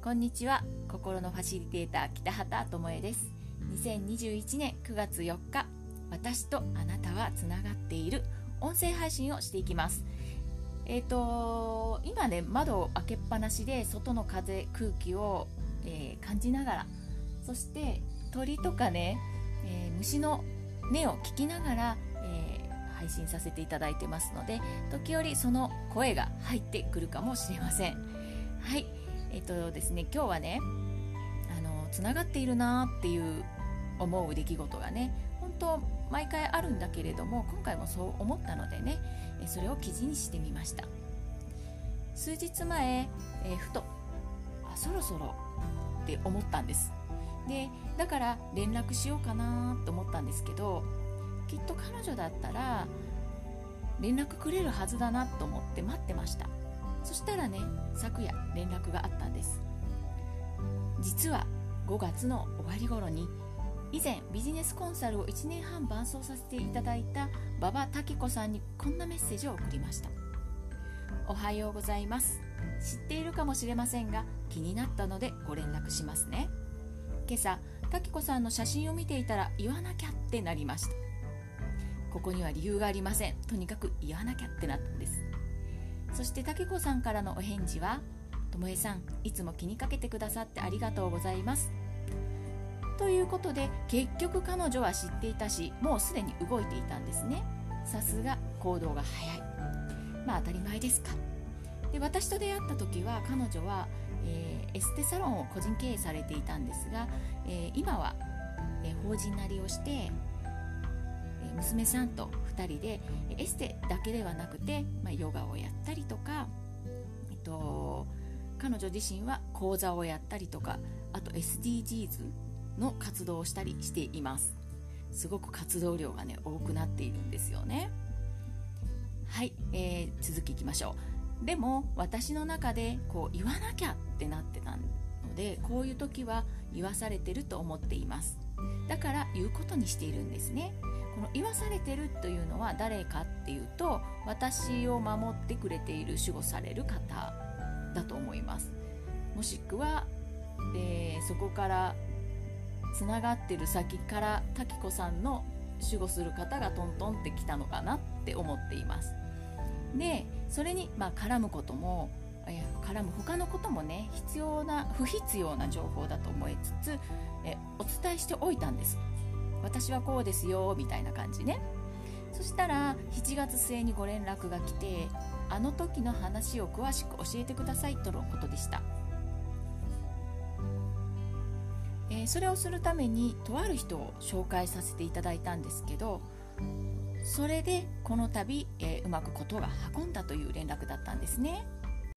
こんにちは。心のファシリテーター北畑智恵です。2021年9月4日、私とあなたはつながっている音声配信をしていきます。今ね、窓を開けっぱなしで外の風、空気を、感じながら、そして鳥とかね、虫の音を聞きながら、配信させていただいてますので、時折その声が入ってくるかもしれません。はい、ですね、今日はね、つながっているなっていう思う出来事がね、本当毎回あるんだけれども、今回もそう思ったのでね、それを記事にしてみました。数日前、ふとそろそろって思ったんです。で、だから連絡しようかなと思ったんですけど、きっと彼女だったら連絡くれるはずだなと思って待ってました。そしたらね、昨夜連絡があったんです。実は5月の終わり頃に、以前ビジネスコンサルを1年半伴走させていただいた馬場滝子さんにこんなメッセージを送りました。おはようございます。知っているかもしれませんが、気になったのでご連絡しますね。今朝滝子さんの写真を見ていたら言わなきゃってなりました。ここには理由がありません。とにかく言わなきゃってなったんです。そして滝子さんからのお返事は、ともえさん、いつも気にかけてくださってありがとうございます。ということで、結局彼女は知っていたし、もうすでに動いていたんですね。さすが行動が早い。まあ当たり前ですか。で、私と出会った時は彼女は、エステサロンを個人経営されていたんですが、今は、法人なりをして、娘さんと2人でエステだけではなくて、ヨガをやったりとか、彼女自身は講座をやったりとか、あと SDGs の活動をしたりしています。すごく活動量がね、多くなっているんですよね。はい、続きいきましょう。でも私の中でこう言わなきゃってなってたので、こういう時は言わされてると思っています。だから言うことにしているんですね。この言わされてるというのは誰かっていうと、私を守ってくれている守護される方だと思います。もしくは、そこからつながってる先から滝子さんの守護する方がトントンってきたのかなって思っています。で、それに絡むことも、絡む他のこともね、不必要な情報だと思いつつ、お伝えしておいたんです。私はこうですよみたいな感じね。そしたら7月末にご連絡が来て、あの時の話を詳しく教えてくださいとのことでした。それをするためにとある人を紹介させていただいたんですけど、それでこの度、うまくことが運んだという連絡だったんですね。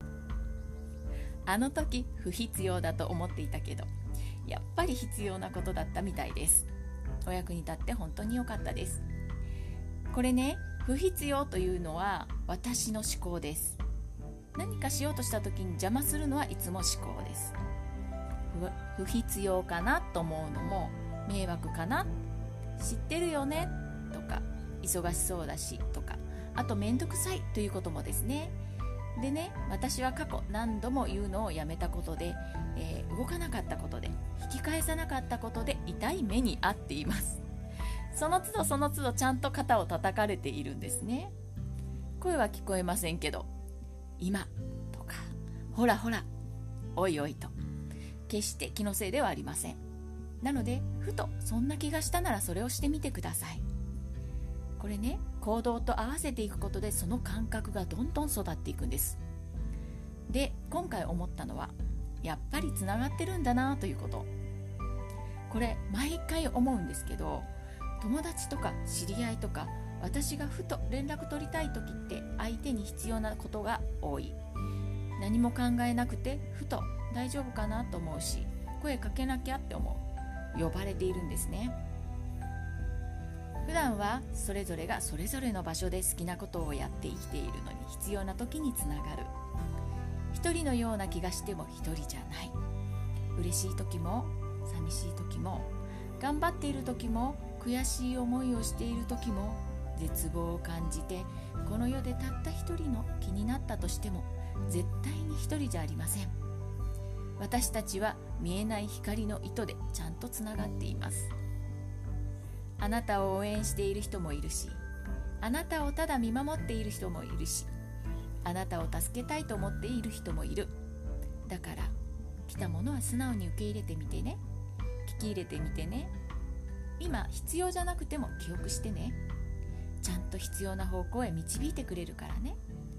あの時不必要だと思っていたけど、やっぱり必要なことだったみたいです。お役に立って本当に良かったです。これね、不必要というのは私の思考です。何かしようとした時に邪魔するのはいつも思考です。不必要かなと思うのも、迷惑かな、知ってるよねとか、忙しそうだしとか、あとめんどくさいということもですね。でね、私は過去何度も言うのをやめたことで、動かなかったことで、引き返さなかったことで痛い目に遭っています。その都度その都度ちゃんと肩を叩かれているんですね。声は聞こえませんけど、今とか、ほらほら、おいおいと、決して気のせいではありません。なので、ふとそんな気がしたならそれをしてみてください。これね、行動と合わせていくことでその感覚がどんどん育っていくんです。で、今回思ったのは、やっぱりつながってるんだなということ。これ毎回思うんですけど、友達とか知り合いとか、私がふと連絡取りたい時って相手に必要なことが多い。何も考えなくてふと大丈夫かなと思うし、声かけなきゃって思う。呼ばれているんですね。普段はそれぞれがそれぞれの場所で好きなことをやって生きているのに、必要な時につながる。一人のような気がしても一人じゃない。嬉しい時も寂しい時も、頑張っている時も悔しい思いをしている時も、絶望を感じてこの世でたった一人の気になったとしても、絶対に一人じゃありません。 私たちは見えない光の糸でちゃんとつながっています。あなたを応援している人もいるし、あなたをただ見守っている人もいるし、あなたを助けたいと思っている人もいる。だから来たものは素直に受け入れてみてね。聞き入れてみてね。今必要じゃなくても記憶してね。ちゃんと必要な方向へ導いてくれるからね。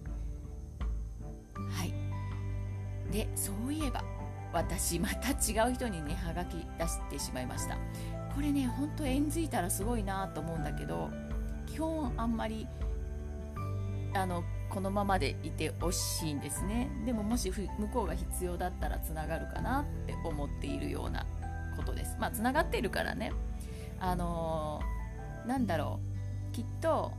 はい。で、そういえば私また違う人にね、はがき出してしまいました。これね、ほんと縁づいたらすごいなと思うんだけど、基本あんまりこのままでいてほしいんですね。でももし向こうが必要だったらつながるかなって思っているようなことです。まあつながっているからね、なんだろう、きっと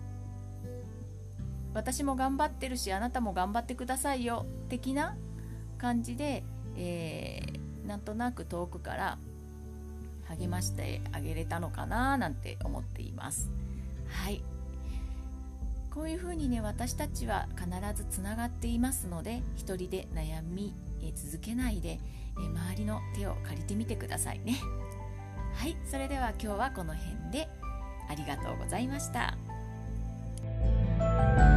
私も頑張ってるし、あなたも頑張ってくださいよ的な感じで、なんとなく遠くから励ましてあげれたのかななんて思っています。はい。こういうふうにね、私たちは必ずつながっていますので、一人で悩み続けないで、周りの手を借りてみてくださいね。はい、それでは今日はこの辺でありがとうございました。